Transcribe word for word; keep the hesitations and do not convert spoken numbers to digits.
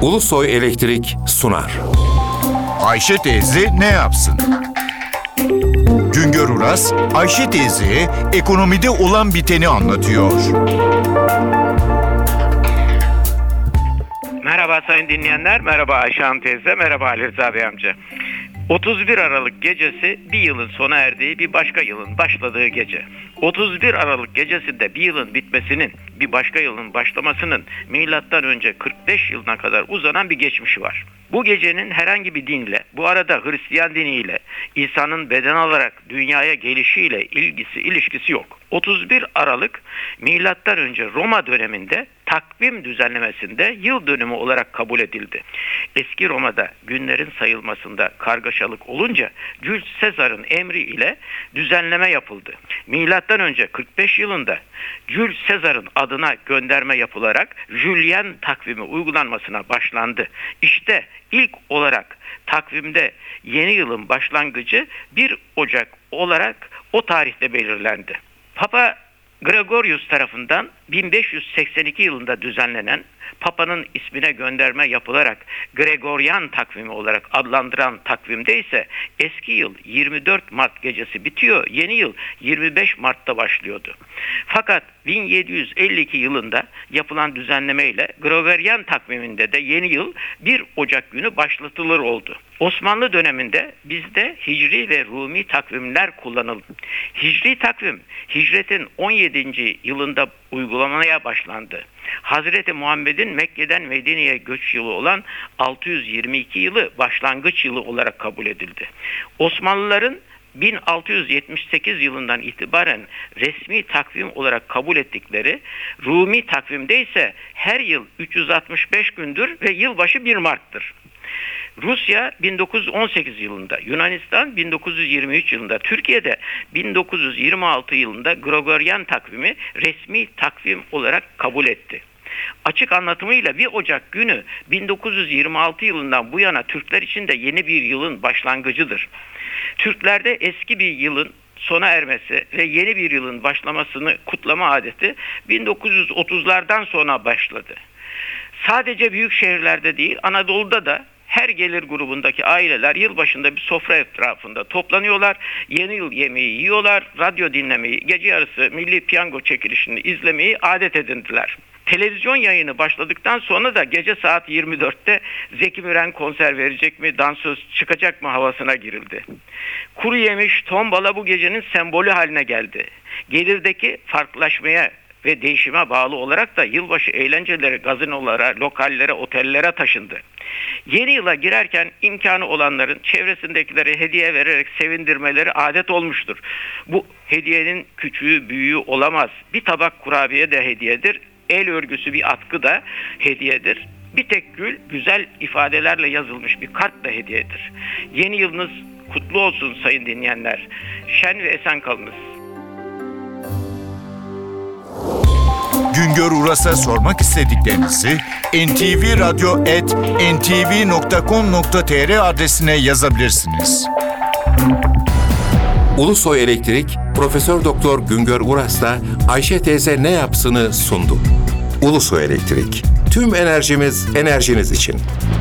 Ulusoy Elektrik sunar. Ayşe teyze ne yapsın? Güngör Uras, Ayşe teyzeye ekonomide olan biteni anlatıyor. Merhaba sayın dinleyenler, merhaba Ayşe Hanım teyze, merhaba Ali Rıza Bey amca. otuz bir Aralık gecesi bir yılın sona erdiği, bir başka yılın başladığı gece. otuz bir Aralık gecesinde bir yılın bitmesinin, bir başka yılın başlamasının milattan önce kırk beş yılına kadar uzanan bir geçmişi var. Bu gecenin herhangi bir dinle, bu arada Hristiyan diniyle, İsa'nın beden olarak dünyaya gelişiyle ilgisi, ilişkisi yok. otuz bir Aralık milattan önce Roma döneminde takvim düzenlemesinde yıl dönümü olarak kabul edildi. Eski Roma'da günlerin sayılmasında kargaşalık olunca Jules Caesar'ın emri ile düzenleme yapıldı. Milattan önce kırk beş yılında Jules Caesar'ın adına gönderme yapılarak Julian takvimi uygulanmasına başlandı. İşte ilk olarak takvimde yeni yılın başlangıcı bir Ocak olarak o tarihte belirlendi. Papa Gregorius tarafından bin beş yüz seksen iki yılında düzenlenen, Papa'nın ismine gönderme yapılarak Gregorian takvimi olarak adlandıran takvimde ise eski yıl yirmi dört Mart gecesi bitiyor, yeni yıl yirmi beş Mart'ta başlıyordu. Fakat bin yedi yüz elli iki yılında yapılan düzenlemeyle Gregorian takviminde de yeni yıl bir Ocak günü başlatılır oldu. Osmanlı döneminde bizde Hicri ve Rumi takvimler kullanıldı. Hicri takvim hicretin on yedinci yılında uygulamaya başlandı. Hazreti Muhammed'in Mekke'den Medine'ye göç yılı olan altı yüz yirmi iki yılı başlangıç yılı olarak kabul edildi. Osmanlıların bin altı yüz yetmiş sekiz yılından itibaren resmi takvim olarak kabul ettikleri Rumi takvimde ise her yıl üç yüz altmış beş gündür ve yılbaşı bir Mart'tır. Rusya bin dokuz yüz on sekiz yılında, Yunanistan bin dokuz yüz yirmi üç yılında, Türkiye'de bin dokuz yüz yirmi altı yılında Gregorian takvimi resmi takvim olarak kabul etti. Açık anlatımıyla bir Ocak günü bin dokuz yüz yirmi altı yılından bu yana Türkler için de yeni bir yılın başlangıcıdır. Türklerde eski bir yılın sona ermesi ve yeni bir yılın başlamasını kutlama adeti bin dokuz yüz otuzlardan sonra başladı. Sadece büyük şehirlerde değil, Anadolu'da da her gelir grubundaki aileler yılbaşında bir sofra etrafında toplanıyorlar, yeni yıl yemeği yiyorlar, radyo dinlemeyi, gece yarısı milli piyango çekilişini izlemeyi adet edindiler. Televizyon yayını başladıktan sonra da gece saat yirmi dörtte Zeki Müren konser verecek mi, dansöz çıkacak mı havasına girildi. Kuru yemiş, tombala bu gecenin sembolü haline geldi. Gelirdeki farklılaşmaya ve değişime bağlı olarak da yılbaşı eğlenceleri gazinolara, lokallere, otellere taşındı. Yeni yıla girerken imkanı olanların çevresindekilere hediye vererek sevindirmeleri adet olmuştur. Bu hediyenin küçüğü büyüğü olamaz. Bir tabak kurabiye de hediyedir. El örgüsü bir atkı da hediyedir. Bir tek gül güzel ifadelerle yazılmış bir kart da hediyedir. Yeni yılınız kutlu olsun sayın dinleyenler. Şen ve esen kalınız. Güngör Uras'a sormak istediklerinizi en ti vi radyo at en ti vi nokta com nokta tr adresine yazabilirsiniz. Ulusoy Elektrik, Profesör Doktor Güngör Uras'la Ayşe teyze ne yapsını sundu. Ulusoy Elektrik, tüm enerjimiz enerjiniz için.